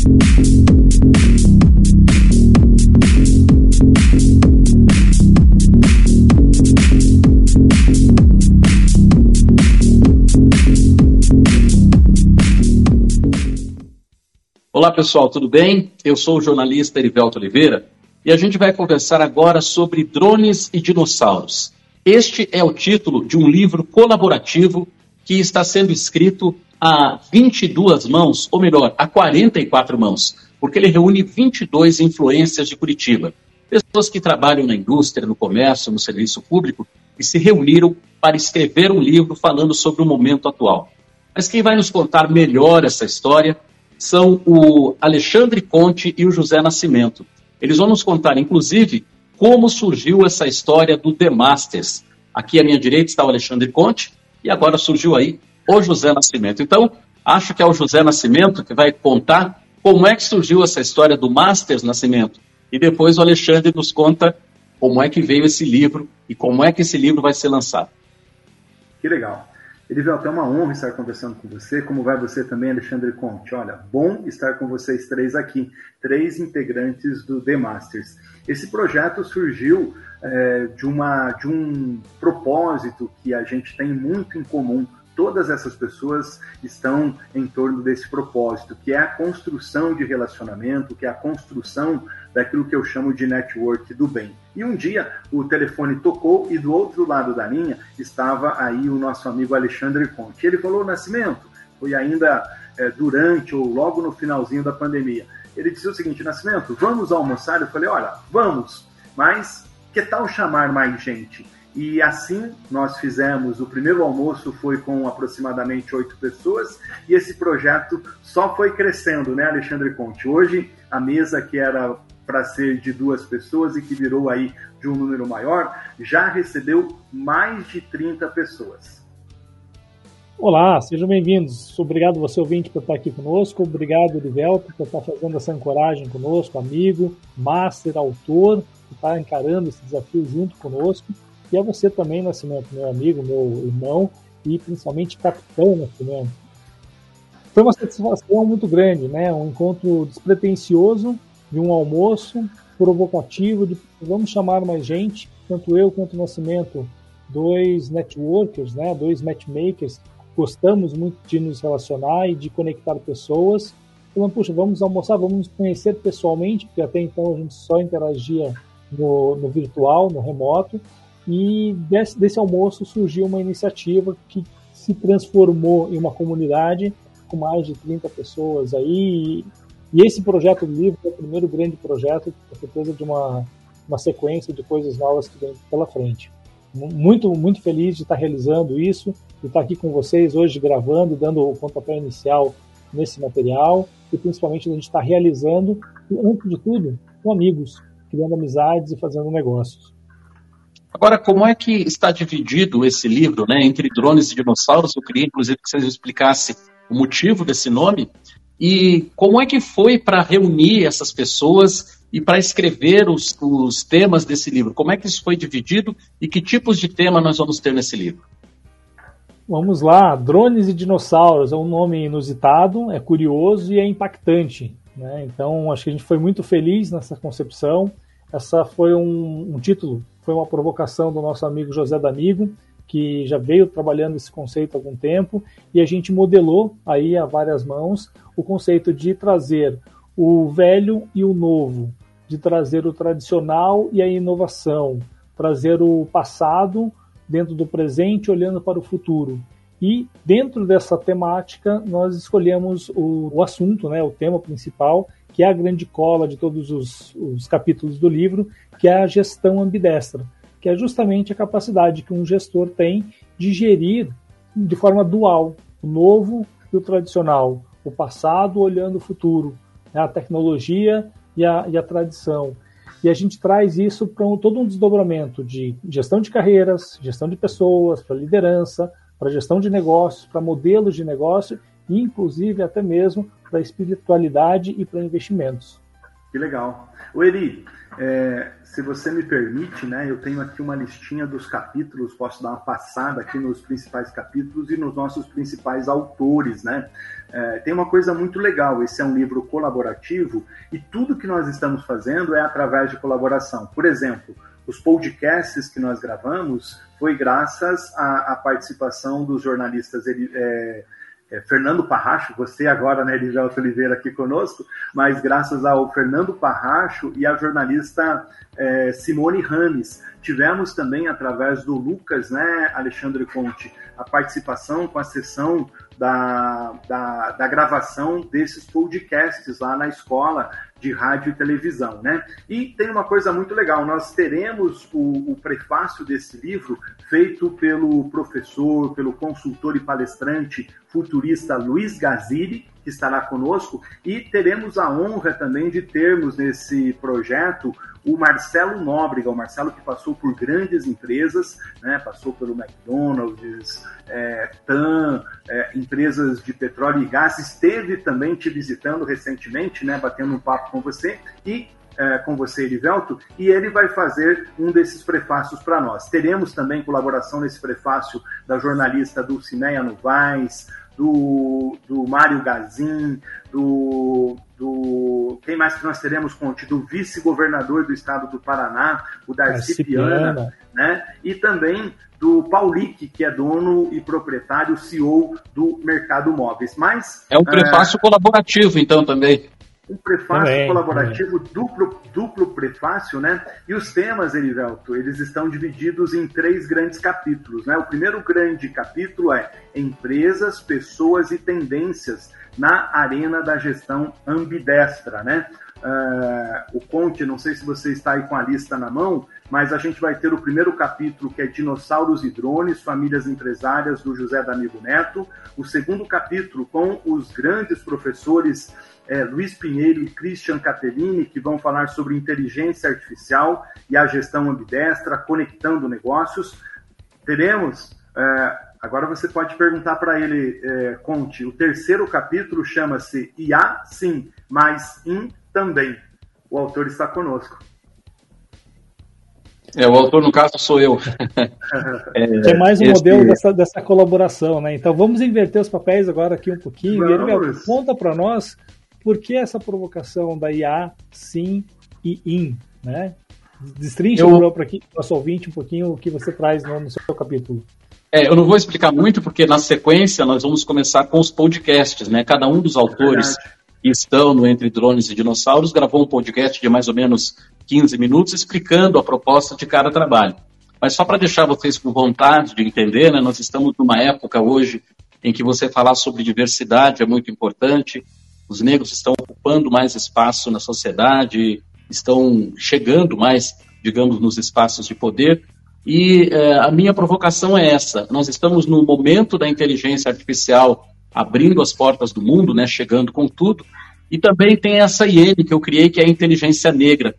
Olá pessoal, tudo bem? Eu sou o jornalista Erivelto Oliveira e a gente vai conversar agora sobre drones e dinossauros. Este é o título de um livro colaborativo que está sendo escrito a 22 mãos, ou melhor, a 44 mãos, porque ele reúne 22 influências de Curitiba. Pessoas que trabalham na indústria, no comércio, no serviço público e se reuniram para escrever um livro falando sobre o momento atual. Mas quem vai nos contar melhor essa história são o Alexandre Conte e o José Nascimento. Eles vão nos contar, inclusive, como surgiu essa história do The Masters. Aqui à minha direita está o Alexandre Conte e agora surgiu aí o José Nascimento. Então, acho que é o José Nascimento que vai contar como é que surgiu essa história do Masters Nascimento. E depois o Alexandre nos conta como é que veio esse livro e como é que esse livro vai ser lançado. Que legal. Erivelto, é uma honra estar conversando com você. Como vai você também, Alexandre Conte? Olha, bom estar com vocês três aqui, 3 integrantes do The Masters. Esse projeto surgiu de um propósito que a gente tem muito em comum. Todas essas pessoas estão em torno desse propósito, que é a construção de relacionamento, que é a construção daquilo que eu chamo de network do bem. E um dia o telefone tocou e do outro lado da linha estava aí o nosso amigo Alexandre Conte. Ele falou: Nascimento, foi ainda durante ou logo no finalzinho da pandemia. Ele disse o seguinte: Nascimento, vamos almoçar? Eu falei: olha, vamos, mas que tal chamar mais gente? E assim nós fizemos. O primeiro almoço foi com aproximadamente 8 pessoas e esse projeto só foi crescendo, né, Alexandre Conte? Hoje a mesa que era para ser de 2 pessoas e que virou aí de um número maior, já recebeu mais de 30 pessoas. Olá, sejam bem-vindos. Obrigado você, ouvinte, por estar aqui conosco. Obrigado, Erivelto, por estar fazendo essa ancoragem conosco, amigo, master, autor, que está encarando esse desafio junto conosco. E a você também, Nascimento, meu amigo, meu irmão e principalmente capitão Nascimento. Foi uma satisfação muito grande, né? Um encontro despretensioso de um almoço provocativo, de vamos chamar mais gente, tanto eu quanto o Nascimento, 2 networkers, né? 2 matchmakers, gostamos muito de nos relacionar e de conectar pessoas. Falando, puxa, vamos almoçar, vamos nos conhecer pessoalmente, porque até então a gente só interagia no virtual, no remoto. E desse almoço surgiu uma iniciativa que se transformou em uma comunidade com mais de 30 pessoas aí. E esse projeto do livro é o primeiro grande projeto, com certeza, de uma sequência de coisas novas que vem pela frente. Muito, muito feliz de estar realizando isso, de estar aqui com vocês hoje gravando, dando o pontapé inicial nesse material e principalmente a gente estar realizando, antes de tudo, com amigos, criando amizades e fazendo negócios. Agora, como é que está dividido esse livro, né, entre drones e dinossauros? Eu queria, inclusive, que vocês explicassem o motivo desse nome e como é que foi para reunir essas pessoas e para escrever os temas desse livro. Como é que isso foi dividido e que tipos de tema nós vamos ter nesse livro? Vamos lá, Drones e Dinossauros é um nome inusitado, é curioso e é impactante, né? Então, acho que a gente foi muito feliz nessa concepção. Essa foi um título, foi uma provocação do nosso amigo José D'Amigo, que já veio trabalhando esse conceito há algum tempo, e a gente modelou aí a várias mãos o conceito de trazer o velho e o novo, de trazer o tradicional e a inovação, trazer o passado dentro do presente, olhando para o futuro. E dentro dessa temática, nós escolhemos o assunto, né, o tema principal, que é a grande cola de todos os capítulos do livro, que é a gestão ambidestra, que é justamente a capacidade que um gestor tem de gerir de forma dual o novo e o tradicional, o passado olhando o futuro, né, a tecnologia e a tradição. E a gente traz isso para todo um desdobramento de gestão de carreiras, gestão de pessoas, para liderança, para gestão de negócios, para modelos de negócio e, inclusive, até mesmo para espiritualidade e para investimentos. Que legal. O Eri, se você me permite, né, eu tenho aqui uma listinha dos capítulos, posso dar uma passada aqui nos principais capítulos e nos nossos principais autores, né? Tem uma coisa muito legal, esse é um livro colaborativo e tudo que nós estamos fazendo é através de colaboração. Por exemplo, os podcasts que nós gravamos foi graças à participação dos jornalistas Fernando Parracho, você agora, né, Erivelto Oliveira aqui conosco, mas graças ao Fernando Parracho e à jornalista Simone Rames. Tivemos também, através do Lucas, né, Alexandre Conte, a participação com a sessão da gravação desses podcasts lá na escola de rádio e televisão, né? E tem uma coisa muito legal, nós teremos o prefácio desse livro feito pelo professor, pelo consultor e palestrante futurista Luiz Gaziri, que estará conosco, e teremos a honra também de termos nesse projeto o Marcelo Nóbrega, o Marcelo que passou por grandes empresas, né, passou pelo McDonald's, TAM, empresas de petróleo e gás, esteve também te visitando recentemente, né, batendo um papo com você, e com você, Erivelto, e ele vai fazer um desses prefácios para nós. Teremos também colaboração nesse prefácio da jornalista Dulcineia Novaes, do Mário Gazin, quem mais que nós teremos, Conte? Do vice-governador do estado do Paraná, o Darcy Piana, né? E também do Paulic, que é dono e proprietário, CEO do Mercado Móveis. Mas é um prefácio colaborativo, então, também. Um prefácio colaborativo, duplo prefácio, né? E os temas, Erivelto, eles estão divididos em 3 grandes capítulos, né? O primeiro grande capítulo é Empresas, Pessoas e Tendências na Arena da Gestão Ambidestra, né? O Conte, não sei se você está aí com a lista na mão, mas a gente vai ter o primeiro capítulo, que é Dinossauros e Drones, Famílias Empresárias, do José D'Amigo Neto. O segundo capítulo com os grandes professores Luiz Pinheiro e Christian Catellini, que vão falar sobre inteligência artificial e a gestão ambidestra, conectando negócios. Teremos, agora você pode perguntar para ele, Conte, o terceiro capítulo chama-se IA, sim, mas IN também. O autor está conosco. O autor, no caso, sou eu. É mais um modelo dessa colaboração, né? Então vamos inverter os papéis agora aqui um pouquinho. E conta para nós por que essa provocação da IA, sim e IN, né? Destrincha para o nosso ouvinte um pouquinho o que você traz no seu capítulo. Eu não vou explicar muito, porque na sequência nós vamos começar com os podcasts, né? Cada um dos autores que estão no Entre Drones e Dinossauros gravou um podcast de mais ou menos 15 minutos explicando a proposta de cada trabalho. Mas só para deixar vocês com vontade de entender, né? Nós estamos numa época hoje em que você falar sobre diversidade é muito importante. Os negros estão ocupando mais espaço na sociedade, estão chegando mais, digamos, nos espaços de poder. E a minha provocação é essa. Nós estamos no momento da inteligência artificial abrindo as portas do mundo, né, chegando com tudo. E também tem essa IN que eu criei, que é a inteligência negra.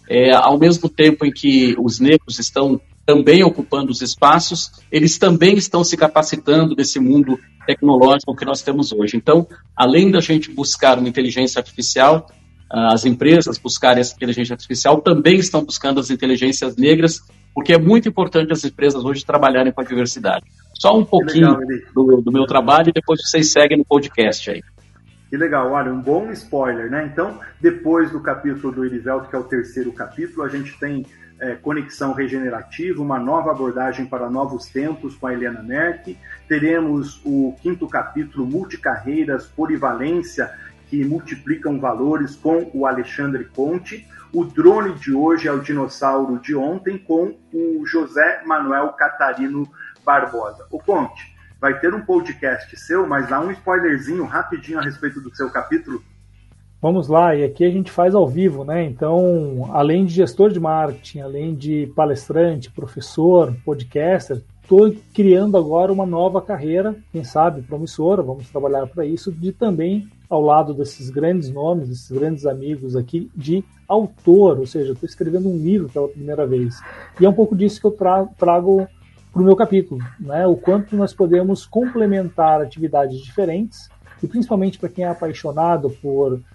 Ao mesmo tempo em que os negros estão também ocupando os espaços, eles também estão se capacitando desse mundo tecnológico que nós temos hoje. Então, além da gente buscar uma inteligência artificial, as empresas buscarem essa inteligência artificial também estão buscando as inteligências negras, porque é muito importante as empresas hoje trabalharem com a diversidade. Só um pouquinho do meu trabalho e depois vocês seguem no podcast aí. Que legal, olha, um bom spoiler, né? Então, depois do capítulo do Erivelto, que é o terceiro capítulo, a gente tem Conexão Regenerativa, uma nova abordagem para novos tempos com a Helena Merck. Teremos o quinto capítulo, Multicarreiras, Polivalência, que multiplicam valores, com o Alexandre Conte. O drone de hoje é o dinossauro de ontem, com o José Manuel Catarino Barbosa. O Conte, vai ter um podcast seu, mas dá um spoilerzinho rapidinho a respeito do seu capítulo. Vamos lá, e aqui a gente faz ao vivo, né? Então, além de gestor de marketing, além de palestrante, professor, podcaster, estou criando agora uma nova carreira, quem sabe promissora, vamos trabalhar para isso, de também, ao lado desses grandes nomes, desses grandes amigos aqui, de autor, ou seja, estou escrevendo um livro pela primeira vez. E é um pouco disso que eu trago para o meu capítulo, né? O quanto nós podemos complementar atividades diferentes, e principalmente para quem é apaixonado por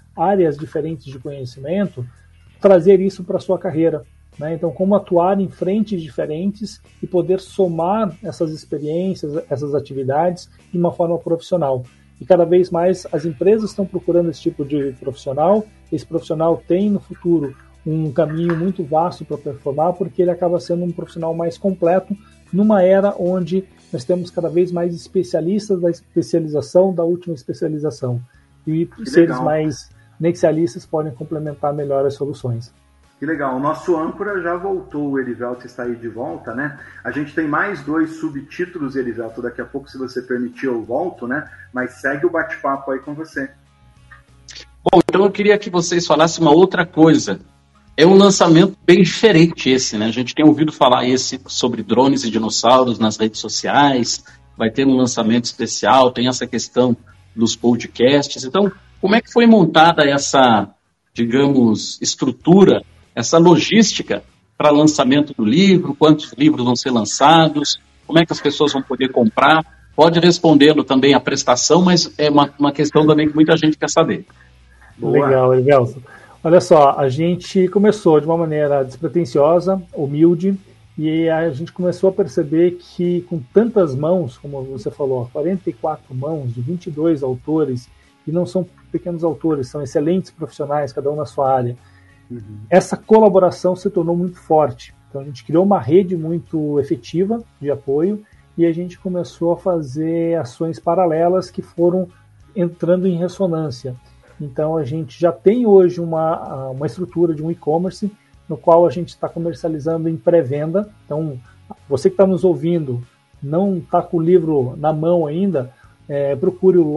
áreas diferentes de conhecimento, trazer isso para a sua carreira. Né? Então, como atuar em frentes diferentes e poder somar essas experiências, essas atividades de uma forma profissional. E cada vez mais as empresas estão procurando esse tipo de profissional. Esse profissional tem no futuro um caminho muito vasto para performar, porque ele acaba sendo um profissional mais completo numa era onde nós temos cada vez mais especialistas da especialização, da última especialização. E seres mais nexialistas podem complementar melhor as soluções. Que legal. O nosso âncora já voltou, o Erivelto está aí de volta, né? A gente tem mais 2 subtítulos, Erivelto. Daqui a pouco, se você permitir, eu volto, né? Mas segue o bate-papo aí com você. Bom, então eu queria que vocês falassem uma outra coisa. É um lançamento bem diferente esse, né? A gente tem ouvido falar sobre drones e dinossauros nas redes sociais, vai ter um lançamento especial, tem essa questão dos podcasts. Então, como é que foi montada essa, digamos, estrutura, essa logística para lançamento do livro? Quantos livros vão ser lançados? Como é que as pessoas vão poder comprar? Pode respondê-lo também a prestação, mas é uma questão também que muita gente quer saber. Boa. Legal, Erivelto. Olha só, a gente começou de uma maneira despretensiosa, humilde, e a gente começou a perceber que com tantas mãos, como você falou, 44 mãos de 22 autores, e não são pequenos autores, são excelentes profissionais, cada um na sua área, essa colaboração se tornou muito forte. Então a gente criou uma rede muito efetiva de apoio e a gente começou a fazer ações paralelas que foram entrando em ressonância. Então a gente já tem hoje uma estrutura de um e-commerce no qual a gente está comercializando em pré-venda. Então você que está nos ouvindo, não está com o livro na mão ainda, procure o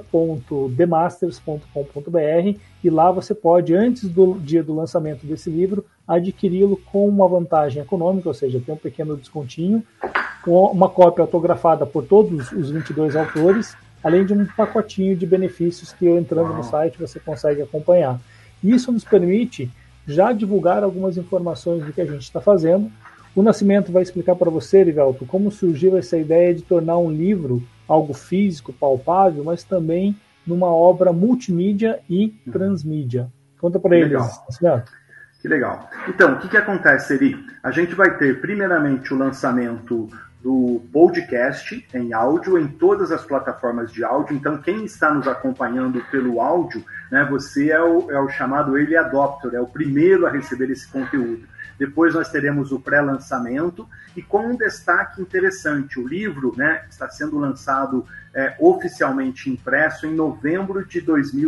loja.themasters.com.br e lá você pode, antes do dia do lançamento desse livro, adquiri-lo com uma vantagem econômica, ou seja, tem um pequeno descontinho, uma cópia autografada por todos os 22 autores, além de um pacotinho de benefícios que, entrando no site, você consegue acompanhar. Isso nos permite já divulgar algumas informações do que a gente está fazendo. O Nascimento vai explicar para você, Erivelto, como surgiu essa ideia de tornar um livro algo físico, palpável, mas também numa obra multimídia e transmídia. Conta para eles, Nascimento. Que legal. Então, o que acontece, Eri? A gente vai ter, primeiramente, o lançamento do podcast em áudio, em todas as plataformas de áudio. Então, quem está nos acompanhando pelo áudio, né, você é o chamado Early Adopter, é o primeiro a receber esse conteúdo. Depois nós teremos o pré-lançamento e com um destaque interessante, o livro, né, está sendo lançado oficialmente impresso em novembro de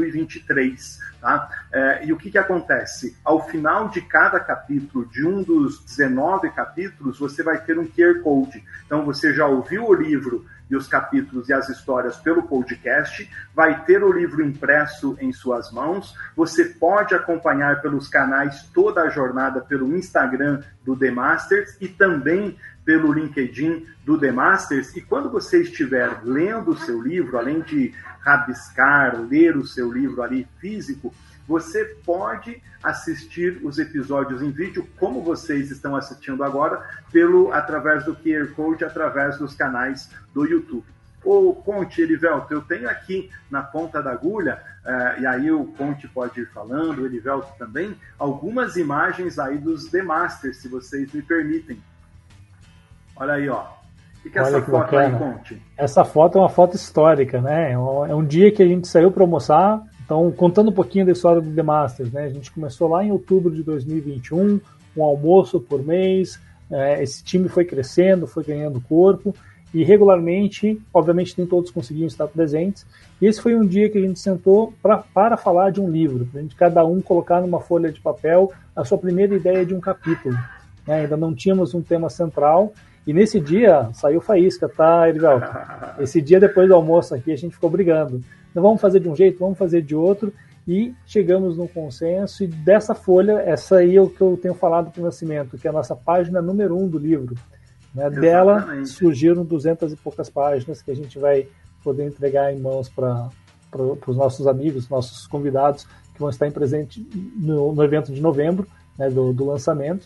2023. Tá? E o que acontece? Ao final de cada capítulo, de um dos 19 capítulos, você vai ter um QR Code. Então você já ouviu o livro e os capítulos e as histórias pelo podcast, vai ter o livro impresso em suas mãos, você pode acompanhar pelos canais toda a jornada pelo Instagram do The Masters e também pelo LinkedIn do The Masters, e quando você estiver lendo o seu livro, além de rabiscar, ler o seu livro ali físico, você pode assistir os episódios em vídeo, como vocês estão assistindo agora, através do QR Code, através dos canais do YouTube. Conte, Erivelto, eu tenho aqui na ponta da agulha, e aí o Conte pode ir falando, o Erivelto também, algumas imagens aí dos The Masters, se vocês me permitem. Olha aí, ó. O que é essa foto aí, Conte? Essa foto é uma foto histórica, né? É um dia que a gente saiu para almoçar. Então, contando um pouquinho da história do The Masters, né? A gente começou lá em outubro de 2021, um almoço por mês. Esse time foi crescendo, foi ganhando corpo. E regularmente, obviamente, nem todos conseguiam estar presentes. E esse foi um dia que a gente sentou para falar de um livro. Para a gente, cada um, colocar numa folha de papel a sua primeira ideia de um capítulo. Né? Ainda não tínhamos um tema central. E nesse dia, saiu faísca, tá, Erivelto? Esse dia, depois do almoço aqui, a gente ficou brigando. Não vamos fazer de um jeito, vamos fazer de outro. E chegamos num consenso. E dessa folha, essa aí é o que eu tenho falado para o Nascimento, que é a nossa página número 1 do livro. Né? Dela surgiram 200 e poucas páginas que a gente vai poder entregar em mãos para os nossos amigos, nossos convidados, que vão estar presentes no evento de novembro, né, do lançamento.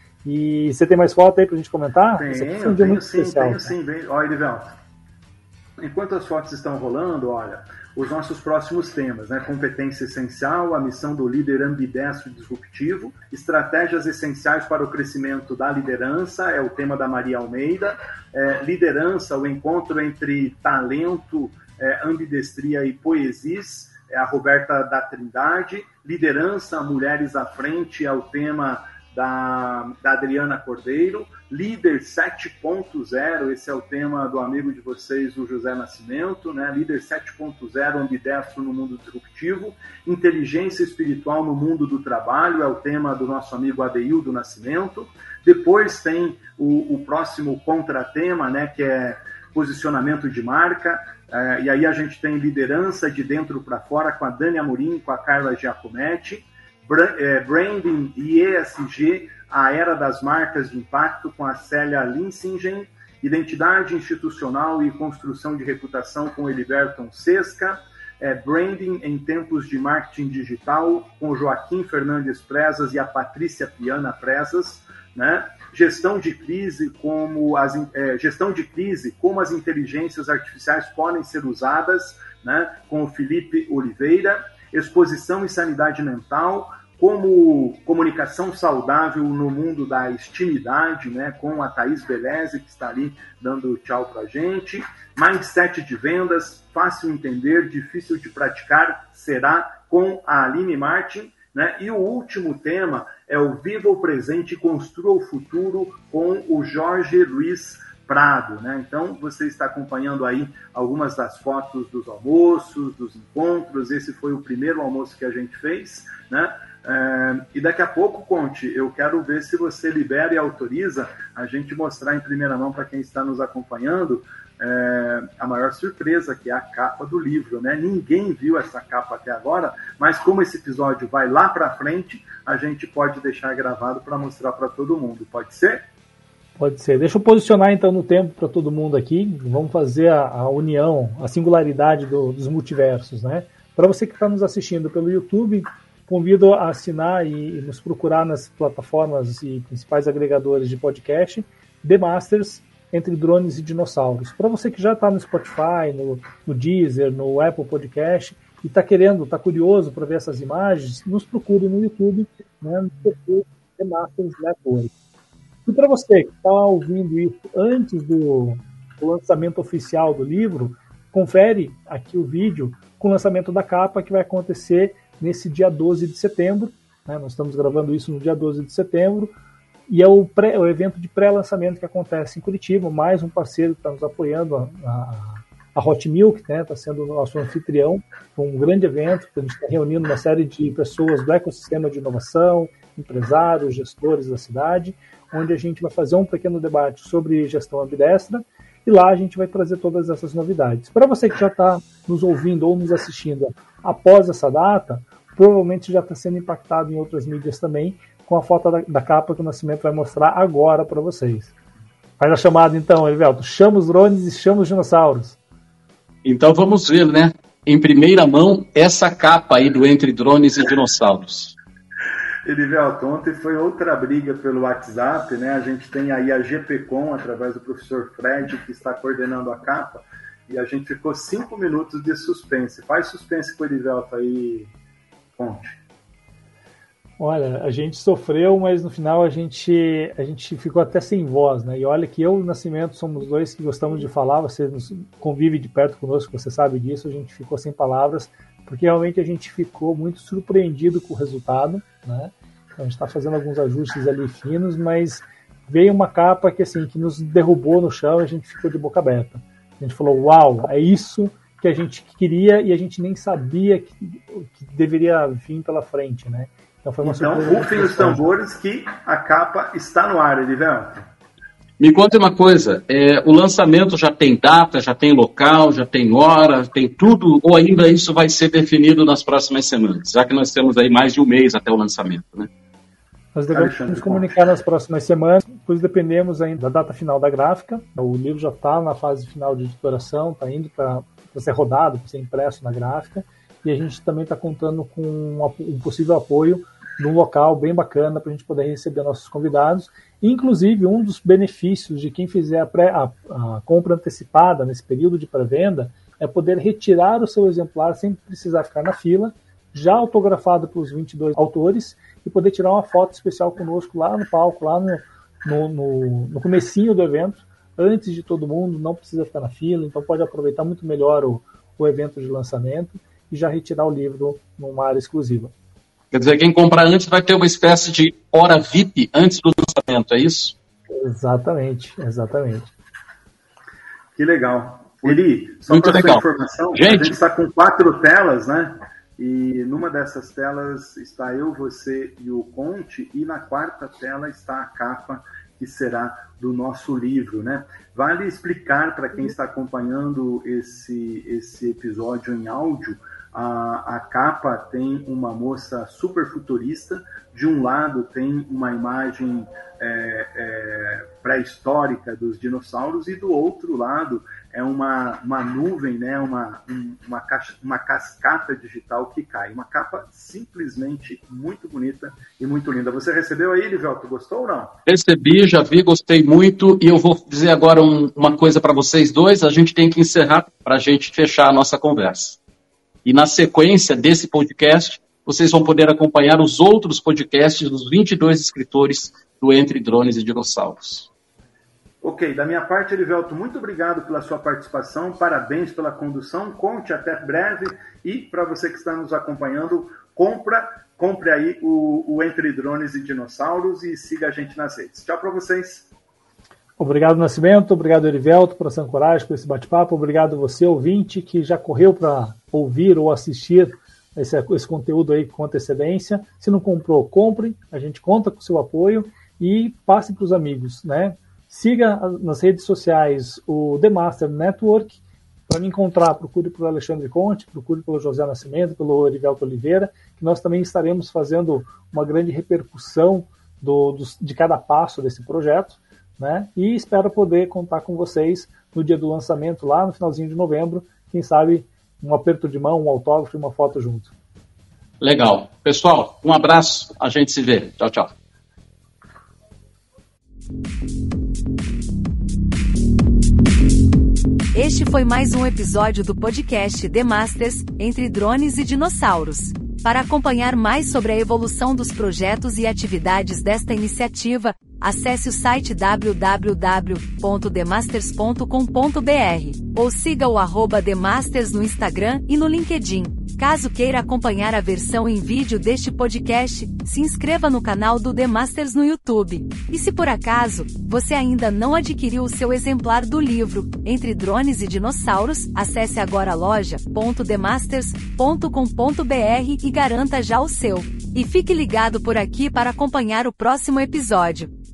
E você tem mais foto aí pra gente comentar? Tenho sim. Olha, Erivelto, enquanto as fotos estão rolando, olha, os nossos próximos temas, né? Competência essencial, a missão do líder ambidestro e disruptivo, estratégias essenciais para o crescimento da liderança, é o tema da Maria Almeida, liderança, o encontro entre talento, ambidestria e poesias, é a Roberta da Trindade, liderança, mulheres à frente, é o tema da Adriana Cordeiro, Líder 7.0, esse é o tema do amigo de vocês, o José Nascimento, né? Líder 7.0, ambidestro no mundo disruptivo, inteligência espiritual no mundo do trabalho, é o tema do nosso amigo Adeildo Nascimento. Depois tem o próximo contratema, né, que é posicionamento de marca, e aí a gente tem liderança de dentro para fora com a Dani Amorim, com a Carla Giacometti, Branding e ESG, a era das marcas de impacto com a Célia Linsingen, identidade institucional e construção de reputação com Eliberton Sesca, Branding em tempos de marketing digital com o Joaquim Fernandes Presas e a Patrícia Piana Presas, né? Gestão de crise, como as inteligências artificiais podem ser usadas, né? Com o Felipe Oliveira, exposição e sanidade mental, como comunicação saudável no mundo da estimidade, né, com a Thaís Beleze, que está ali dando tchau para a gente. Mindset de vendas, fácil entender, difícil de praticar, será com a Aline Martin. Né? E o último tema é o Viva o Presente e Construa o Futuro, com o Jorge Luiz Prado, né? Então, você está acompanhando aí algumas das fotos dos almoços, dos encontros. Esse foi o primeiro almoço que a gente fez, né? E daqui a pouco, Conte, eu quero ver se você libera e autoriza a gente mostrar em primeira mão para quem está nos acompanhando a maior surpresa, que é a capa do livro, né? Ninguém viu essa capa até agora, mas como esse episódio vai lá para frente, a gente pode deixar gravado para mostrar para todo mundo. Pode ser? Pode ser. Deixa eu posicionar então no tempo para todo mundo aqui. Vamos fazer a união, a singularidade dos multiversos, né? Para você que está nos assistindo pelo YouTube, convido a assinar e nos procurar nas plataformas e principais agregadores de podcast, The Masters, Entre Drones e Dinossauros. Para você que já está no Spotify, no Deezer, no Apple Podcast e está curioso para ver essas imagens, nos procure no YouTube, né, no perfil The Masters Network. E para você que está ouvindo isso antes do lançamento oficial do livro, confere aqui o vídeo com o lançamento da capa, que vai acontecer nesse dia 12 de setembro. Né? Nós estamos gravando isso no dia 12 de setembro, e é o evento de pré-lançamento que acontece em Curitiba. Mais um parceiro que está nos apoiando, a Hot Milk, né? Está sendo o nosso anfitrião. Um grande evento, que a gente está reunindo uma série de pessoas do ecossistema de inovação, empresários, gestores da cidade, onde a gente vai fazer um pequeno debate sobre gestão ambidestra, e lá a gente vai trazer todas essas novidades. Para você que já está nos ouvindo ou nos assistindo após essa data, provavelmente já está sendo impactado em outras mídias também, com a foto da capa que o Nascimento vai mostrar agora para vocês. Faz a chamada então, Elivelto. Chama os drones e chama os dinossauros. Então vamos ver, né? Em primeira mão, essa capa aí do Entre Drones e Dinossauros. Elivelto, ontem foi outra briga pelo WhatsApp, né? A gente tem aí a GPCom, através do professor Fred, que está coordenando a capa, e a gente ficou 5 minutos de suspense. Faz suspense com o Elivelto aí, Conte. Olha, a gente sofreu, mas no final a gente ficou até sem voz, né? E olha que eu e o Nascimento somos dois que gostamos de falar, você convive de perto conosco, você sabe disso, a gente ficou sem palavras, porque realmente a gente ficou muito surpreendido com o resultado, né? A gente está fazendo alguns ajustes ali finos, mas veio uma capa que, assim, que nos derrubou no chão e a gente ficou de boca aberta. A gente falou, uau, é isso que a gente queria e a gente nem sabia que deveria vir pela frente, né? Então foi uma surpresa. Então, rufem os tambores que a capa está no ar, Elivelto. Me conta uma coisa, o lançamento já tem data, já tem local, já tem hora, tem tudo, ou ainda isso vai ser definido nas próximas semanas, já que nós temos aí mais de um mês até o lançamento, né? Nós devemos nos comunicar nas próximas semanas, pois dependemos ainda da data final da gráfica. O livro já está na fase final de editoração, está indo para ser rodado, para ser impresso na gráfica, e a gente também está contando com um possível apoio num local bem bacana para a gente poder receber nossos convidados. Inclusive, um dos benefícios de quem fizer a compra antecipada nesse período de pré-venda é poder retirar o seu exemplar sem precisar ficar na fila, já autografado pelos 22 autores, e poder tirar uma foto especial conosco lá no palco, lá no comecinho do evento, antes de todo mundo, não precisa ficar na fila, então pode aproveitar muito melhor o evento de lançamento e já retirar o livro numa área exclusiva. Quer dizer, quem comprar antes vai ter uma espécie de hora VIP antes do lançamento, é isso? Exatamente. Que legal. Eli, só muito para legal. sua informação, gente, a gente está com 4 telas, né? E numa dessas telas está eu, você e o Conte, e na 4ª tela está a capa que será do nosso livro, né? Vale explicar para quem está acompanhando esse episódio em áudio, a capa tem uma moça super futurista, de um lado tem uma imagem pré-histórica dos dinossauros, e do outro lado é uma nuvem, né? uma cascata digital que cai. Uma capa simplesmente muito bonita e muito linda. Você recebeu aí, Livelto? Gostou ou não? Recebi, já vi, gostei muito, e eu vou dizer agora uma coisa para vocês dois, a gente tem que encerrar para a gente fechar a nossa conversa. E na sequência desse podcast, vocês vão poder acompanhar os outros podcasts dos 22 escritores do Entre Drones e Dinossauros. Ok, da minha parte, Elivelto, muito obrigado pela sua participação, parabéns pela condução, Conte, até breve, e para você que está nos acompanhando, compre aí o Entre Drones e Dinossauros e siga a gente nas redes. Tchau para vocês. Obrigado, Nascimento, obrigado, Erivelto, por essa ancoragem, por esse bate-papo, obrigado você, ouvinte, que já correu para ouvir ou assistir esse conteúdo aí com antecedência. Se não comprou, compre, a gente conta com o seu apoio e passe para os amigos, né? Siga nas redes sociais o The Master Network. Para me encontrar, procure pelo Alexandre Conte, procure pelo José Nascimento, pelo Erivelto Oliveira, que nós também estaremos fazendo uma grande repercussão de cada passo desse projeto, né? E espero poder contar com vocês no dia do lançamento, lá no finalzinho de novembro, quem sabe um aperto de mão, um autógrafo e uma foto junto. Legal. Pessoal, um abraço, a gente se vê. Tchau, tchau. Este foi mais um episódio do podcast The Masters, Entre Drones e Dinossauros. Para acompanhar mais sobre a evolução dos projetos e atividades desta iniciativa, acesse o site www.themasters.com.br ou siga o @themasters no Instagram e no LinkedIn. Caso queira acompanhar a versão em vídeo deste podcast, se inscreva no canal do The Masters no YouTube. E se por acaso, você ainda não adquiriu o seu exemplar do livro Entre Drones e Dinossauros, acesse agora a loja.themasters.com.br e garanta já o seu. E fique ligado por aqui para acompanhar o próximo episódio.